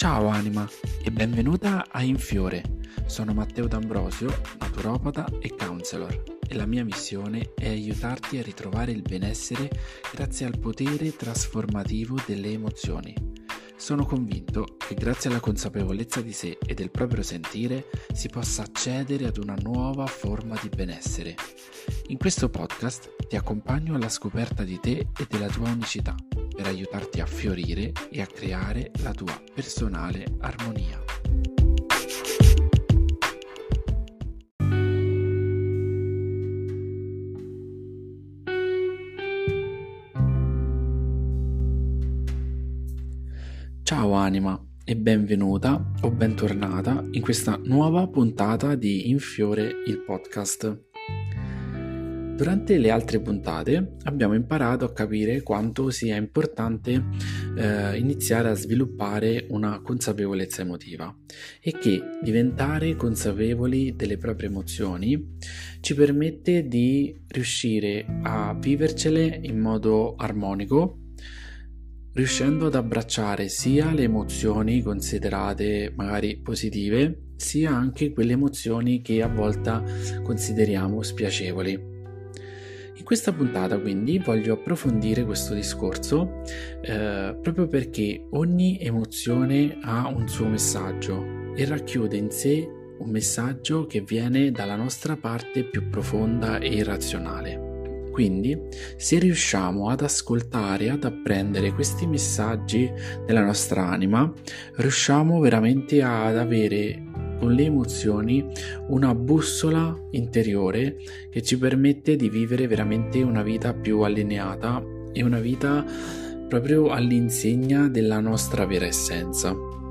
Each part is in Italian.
Ciao anima e benvenuta a Infiore. Sono Matteo D'Ambrosio, naturopata e counselor e la mia missione è aiutarti a ritrovare il benessere grazie al potere trasformativo delle emozioni. Sono convinto che grazie alla consapevolezza di sé e del proprio sentire si possa accedere ad una nuova forma di benessere. In questo podcast ti accompagno alla scoperta di te e della tua unicità per aiutarti a fiorire e a creare la tua personale armonia. Ciao anima e benvenuta o bentornata in questa nuova puntata di Infiore il podcast. Durante le altre puntate abbiamo imparato a capire quanto sia importante iniziare a sviluppare una consapevolezza emotiva e che diventare consapevoli delle proprie emozioni ci permette di riuscire a vivercele in modo armonico, riuscendo ad abbracciare sia le emozioni considerate magari positive, sia anche quelle emozioni che a volte consideriamo spiacevoli. In questa puntata quindi voglio approfondire questo discorso proprio perché ogni emozione ha un suo messaggio e racchiude in sé un messaggio che viene dalla nostra parte più profonda e irrazionale. Quindi, se riusciamo ad ascoltare, ad apprendere questi messaggi della nostra anima, riusciamo veramente ad avere con le emozioni una bussola interiore che ci permette di vivere veramente una vita più allineata e una vita proprio all'insegna della nostra vera essenza.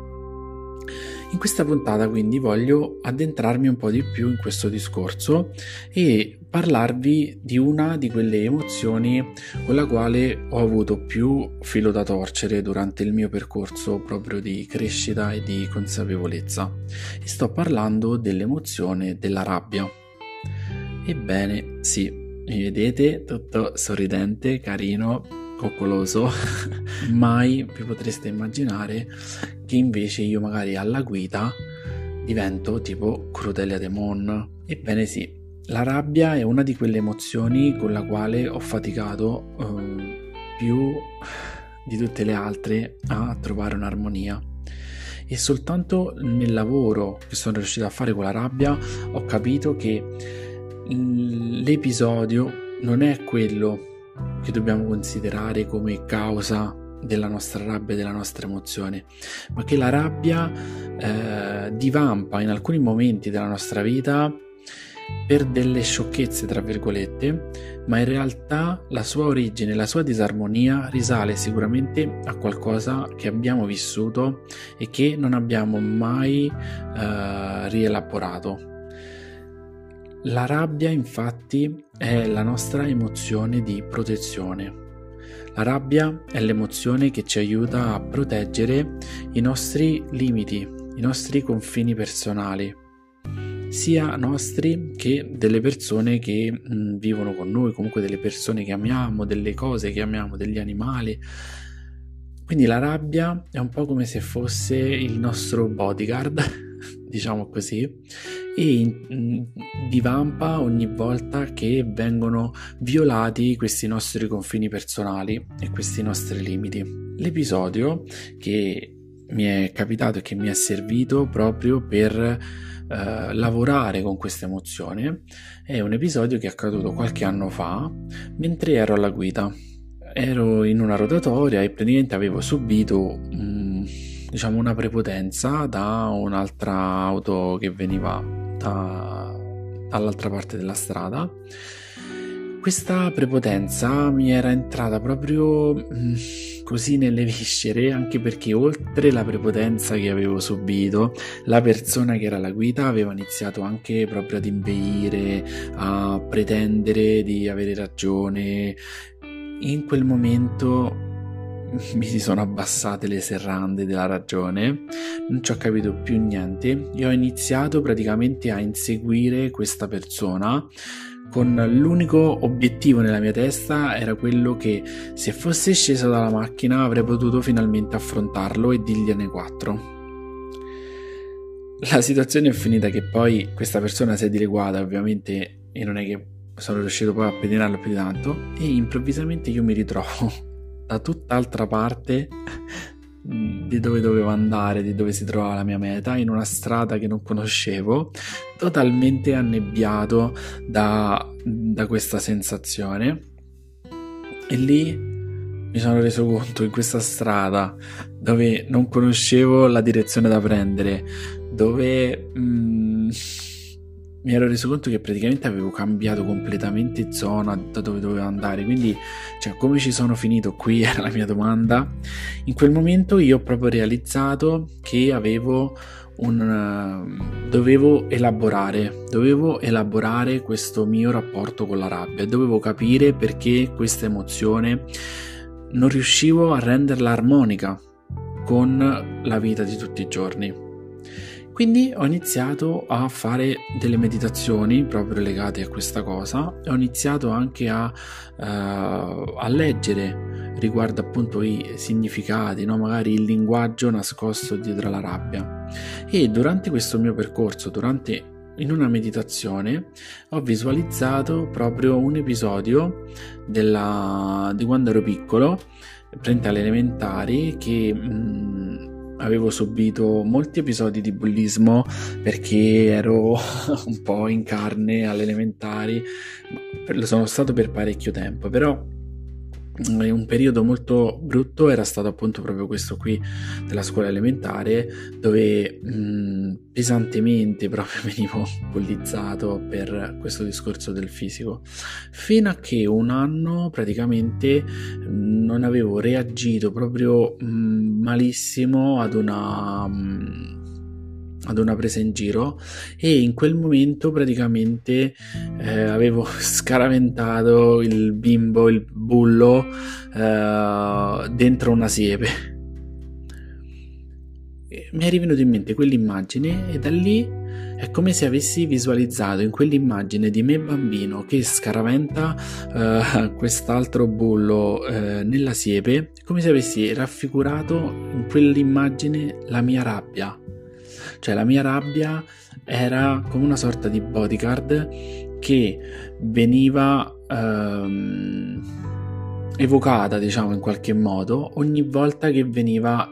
In questa puntata quindi voglio addentrarmi un po' di più in questo discorso e parlarvi di una di quelle emozioni con la quale ho avuto più filo da torcere durante il mio percorso proprio di crescita e di consapevolezza. E sto parlando dell'emozione della rabbia. Ebbene, sì, mi vedete tutto sorridente, carino, coccoloso, mai vi potreste immaginare che invece io magari alla guida divento tipo Crudelia Demon. Ebbene sì, la rabbia è una di quelle emozioni con la quale ho faticato più di tutte le altre a trovare un'armonia. E soltanto nel lavoro che sono riuscito a fare con la rabbia ho capito che l'episodio non è quello che dobbiamo considerare come causa della nostra rabbia e della nostra emozione, ma che la rabbia divampa in alcuni momenti della nostra vita per delle sciocchezze tra virgolette, ma in realtà la sua origine, la sua disarmonia risale sicuramente a qualcosa che abbiamo vissuto e che non abbiamo mai rielaborato. La rabbia infatti è la nostra emozione di protezione. La rabbia è l'emozione che ci aiuta a proteggere i nostri limiti, i nostri confini personali, sia nostri che delle persone che vivono con noi, comunque delle persone che amiamo, delle cose che amiamo, degli animali. Quindi la rabbia è un po' come se fosse il nostro bodyguard, diciamo così, e divampa ogni volta che vengono violati questi nostri confini personali e questi nostri limiti. L'episodio che mi è capitato e che mi è servito proprio per lavorare con questa emozione è un episodio che è accaduto qualche anno fa mentre ero alla guida. Ero in una rotatoria e praticamente avevo subito una prepotenza da un'altra auto che veniva dall'altra parte della strada. Questa prepotenza mi era entrata proprio così nelle viscere, anche perché oltre la prepotenza che avevo subito, la persona che era alla guida aveva iniziato anche proprio ad inveire, a pretendere di avere ragione. In quel momento mi si sono abbassate le serrande della ragione, non ci ho capito più niente e ho iniziato praticamente a inseguire questa persona con l'unico obiettivo nella mia testa era quello che se fosse sceso dalla macchina avrei potuto finalmente affrontarlo e dirgliene 4. la situazione è finita che poi questa persona si è dileguata, ovviamente, e non è che sono riuscito poi a pedinarlo più di tanto, e improvvisamente io mi ritrovo da tutt'altra parte di dove dovevo andare, di dove si trovava la mia meta, in una strada che non conoscevo, totalmente annebbiato da questa sensazione. E lì mi sono reso conto, in questa strada dove non conoscevo la direzione da prendere, dove mi ero reso conto che praticamente avevo cambiato completamente zona da dove dovevo andare. Quindi, cioè, come ci sono finito qui era la mia domanda. In quel momento io ho proprio realizzato che dovevo elaborare questo mio rapporto con la rabbia, dovevo capire perché questa emozione non riuscivo a renderla armonica con la vita di tutti i giorni. Quindi ho iniziato a fare delle meditazioni proprio legate a questa cosa, e ho iniziato anche a leggere riguardo appunto i significati, no? Magari il linguaggio nascosto dietro la rabbia. E durante questo mio percorso, in una meditazione, ho visualizzato proprio un episodio di quando ero piccolo, frente alle elementari, che avevo subito molti episodi di bullismo perché ero un po' in carne alle elementari. Lo sono stato per parecchio tempo, però un periodo molto brutto era stato appunto proprio questo qui della scuola elementare, dove pesantemente proprio venivo bullizzato per questo discorso del fisico, fino a che un anno praticamente non avevo reagito proprio malissimo ad una presa in giro, e in quel momento praticamente avevo scaraventato il bullo dentro una siepe. Mi è rivenuto in mente quell'immagine, e da lì è come se avessi visualizzato in quell'immagine di me bambino che scaraventa quest'altro bullo nella siepe, come se avessi raffigurato in quell'immagine la mia rabbia. Cioè la mia rabbia era come una sorta di bodyguard che veniva evocata, diciamo, in qualche modo ogni volta che veniva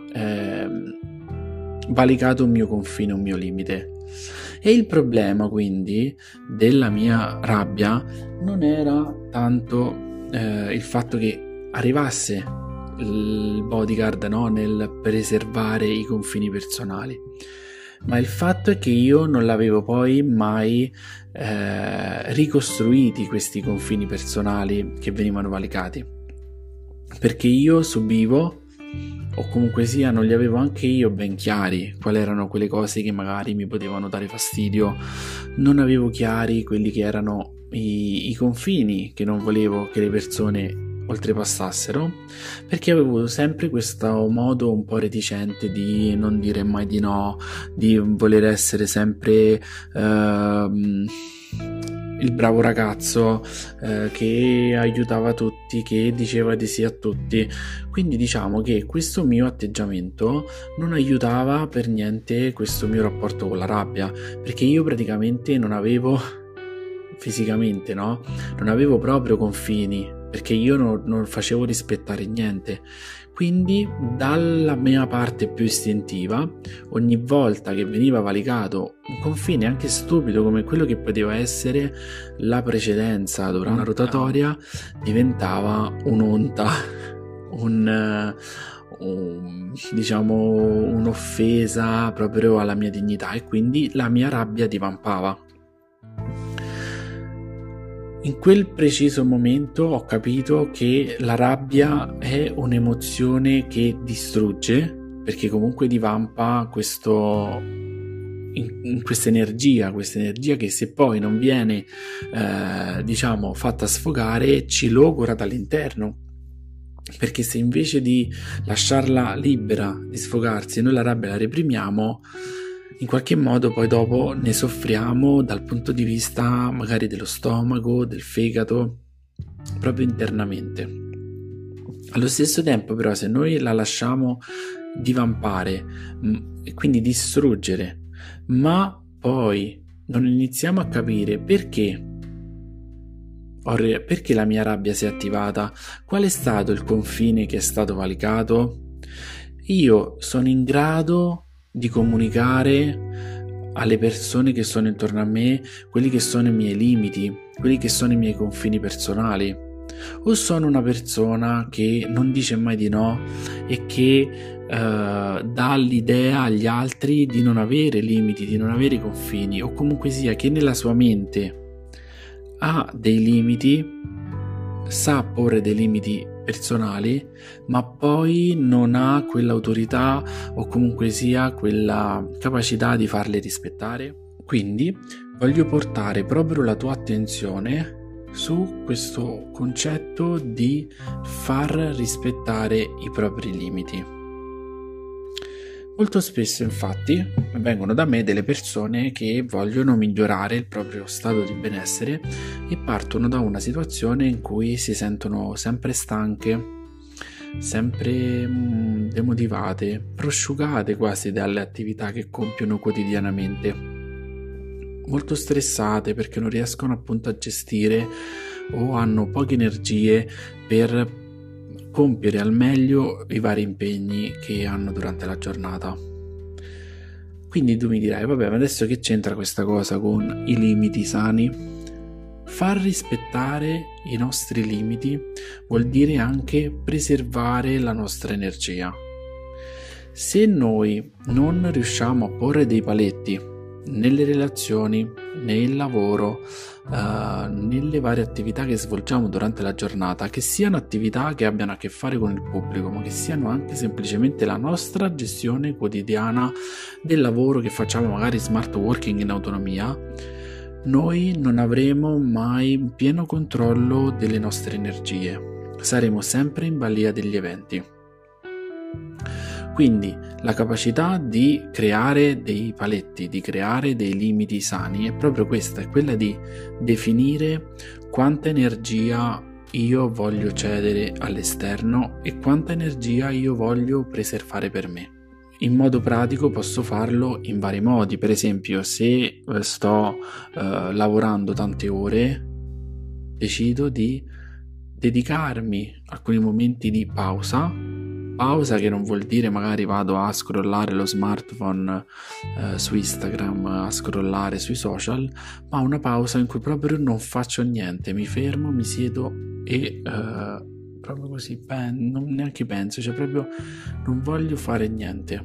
valicato un mio confine, un mio limite. E il problema quindi della mia rabbia non era tanto il fatto che arrivasse il bodyguard, no, nel preservare i confini personali, ma il fatto è che io non l'avevo poi mai ricostruiti questi confini personali che venivano valicati, perché io subivo, o comunque sia non li avevo anche io ben chiari quali erano quelle cose che magari mi potevano dare fastidio, non avevo chiari quelli che erano i confini che non volevo che le persone oltrepassassero, perché avevo sempre questo modo un po' reticente di non dire mai di no, di voler essere sempre il bravo ragazzo che aiutava tutti, che diceva di sì a tutti. Quindi diciamo che questo mio atteggiamento non aiutava per niente questo mio rapporto con la rabbia, perché io praticamente non avevo fisicamente, no? Non avevo proprio confini, perché io non facevo rispettare niente. Quindi dalla mia parte più istintiva, ogni volta che veniva valicato un confine anche stupido come quello che poteva essere la precedenza durante una rotatoria, diventava un'onta, diciamo un'offesa proprio alla mia dignità, e quindi la mia rabbia divampava. In quel preciso momento ho capito che la rabbia è un'emozione che distrugge, perché comunque divampa questa energia che, se poi non viene diciamo fatta sfogare, ci logora dall'interno. Perché se invece di lasciarla libera di sfogarsi noi la rabbia la reprimiamo, in qualche modo poi dopo ne soffriamo dal punto di vista magari dello stomaco, del fegato, proprio internamente. Allo stesso tempo però, se noi la lasciamo divampare e quindi distruggere ma poi non iniziamo a capire perché la mia rabbia si è attivata, qual è stato il confine che è stato valicato, io sono in grado di comunicare alle persone che sono intorno a me quelli che sono i miei limiti, quelli che sono i miei confini personali, o sono una persona che non dice mai di no e che dà l'idea agli altri di non avere limiti, di non avere confini, o comunque sia che nella sua mente ha dei limiti, sa porre dei limiti personali, ma poi non ha quell'autorità o comunque sia quella capacità di farle rispettare. Quindi voglio portare proprio la tua attenzione su questo concetto di far rispettare i propri limiti. Molto spesso infatti vengono da me delle persone che vogliono migliorare il proprio stato di benessere e partono da una situazione in cui si sentono sempre stanche, sempre demotivate, prosciugate quasi dalle attività che compiono quotidianamente, molto stressate perché non riescono appunto a gestire o hanno poche energie per compiere al meglio i vari impegni che hanno durante la giornata. Quindi tu mi dirai, vabbè, ma adesso che c'entra questa cosa con i limiti sani? Far rispettare i nostri limiti vuol dire anche preservare la nostra energia. Se noi non riusciamo a porre dei paletti nelle relazioni, nel lavoro, nelle varie attività che svolgiamo durante la giornata, che siano attività che abbiano a che fare con il pubblico, ma che siano anche semplicemente la nostra gestione quotidiana del lavoro che facciamo, magari smart working in autonomia, noi non avremo mai un pieno controllo delle nostre energie, saremo sempre in balia degli eventi. Quindi la capacità di creare dei paletti, di creare dei limiti sani è proprio questa, è quella di definire quanta energia io voglio cedere all'esterno e quanta energia io voglio preservare per me. In modo pratico posso farlo in vari modi, per esempio se sto lavorando tante ore, decido di dedicarmi alcuni momenti di pausa che non vuol dire magari vado a scrollare lo smartphone su Instagram, a scrollare sui social, ma una pausa in cui proprio non faccio niente, mi fermo, mi siedo e proprio così, non neanche penso, cioè proprio non voglio fare niente.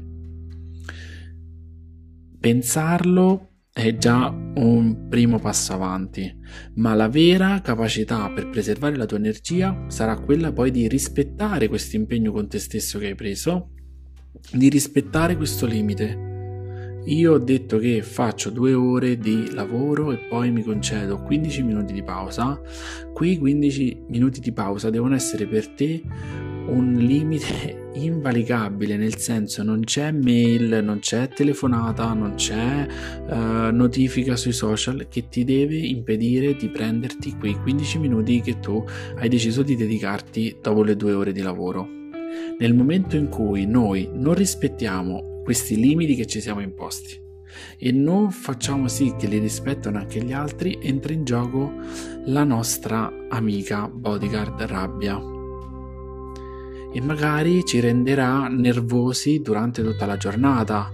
Pensarlo è già un primo passo avanti, ma la vera capacità per preservare la tua energia sarà quella poi di rispettare questo impegno con te stesso che hai preso, di rispettare questo limite. Io ho detto che faccio 2 ore di lavoro e poi mi concedo 15 minuti di pausa. Quei 15 minuti di pausa devono essere per te un limite invalicabile, nel senso non c'è mail, non c'è telefonata, non c'è notifica sui social che ti deve impedire di prenderti quei 15 minuti che tu hai deciso di dedicarti dopo le 2 ore di lavoro. Nel momento in cui noi non rispettiamo questi limiti che ci siamo imposti e non facciamo sì che li rispettano anche gli altri, entra in gioco la nostra amica bodyguard rabbia e magari ci renderà nervosi durante tutta la giornata,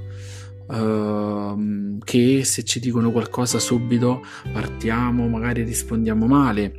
che se ci dicono qualcosa subito partiamo, magari rispondiamo male,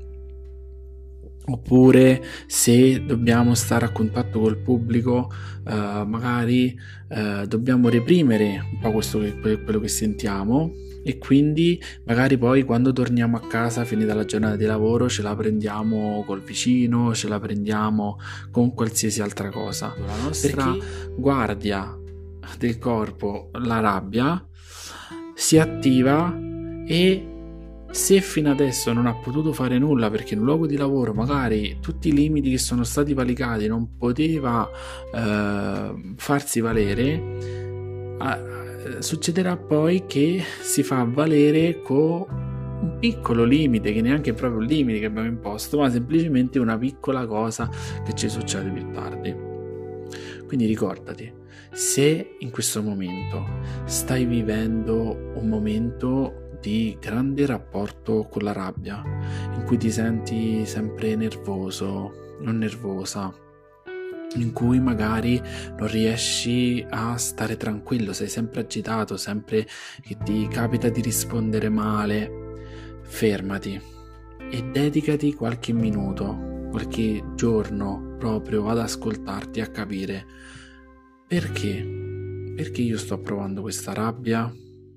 oppure se dobbiamo stare a contatto col pubblico magari dobbiamo reprimere un po' quello che sentiamo e quindi magari poi quando torniamo a casa finita la giornata di lavoro ce la prendiamo col vicino, ce la prendiamo con qualsiasi altra cosa. La nostra guardia del corpo, la rabbia, si attiva e se fino adesso non ha potuto fare nulla perché in un luogo di lavoro magari tutti i limiti che sono stati valicati non poteva farsi valere, succederà poi che si fa valere con un piccolo limite che neanche è proprio un limite che abbiamo imposto, ma semplicemente una piccola cosa che ci succede più tardi. Quindi ricordati, Se in questo momento stai vivendo un momento di grande rapporto con la rabbia, in cui ti senti sempre nervoso, non nervosa, in cui magari non riesci a stare tranquillo, sei sempre agitato, sempre che ti capita di rispondere male, fermati e dedicati qualche minuto, qualche giorno proprio ad ascoltarti, a capire perché io sto provando questa rabbia,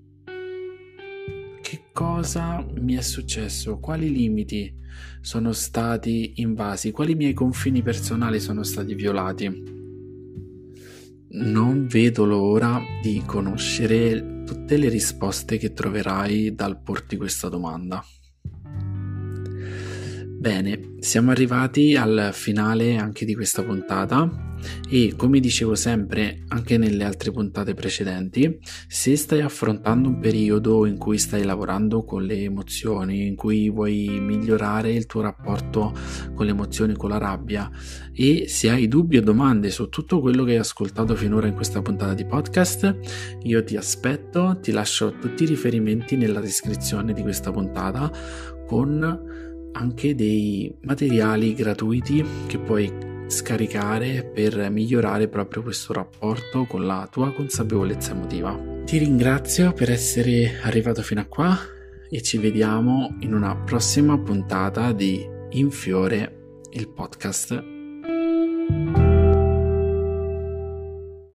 che cosa mi è successo, quali limiti sono stati invasi, quali miei confini personali sono stati violati. Non vedo l'ora di conoscere tutte le risposte che troverai dal porti questa domanda. Bene, siamo arrivati al finale anche di questa puntata e, come dicevo sempre anche nelle altre puntate precedenti, se stai affrontando un periodo in cui stai lavorando con le emozioni, in cui vuoi migliorare il tuo rapporto con le emozioni, con la rabbia, e se hai dubbi o domande su tutto quello che hai ascoltato finora in questa puntata di podcast, io ti aspetto, ti lascio tutti i riferimenti nella descrizione di questa puntata, con anche dei materiali gratuiti che puoi scaricare per migliorare proprio questo rapporto con la tua consapevolezza emotiva. Ti ringrazio per essere arrivato fino a qua e ci vediamo in una prossima puntata di In Fiore, il podcast.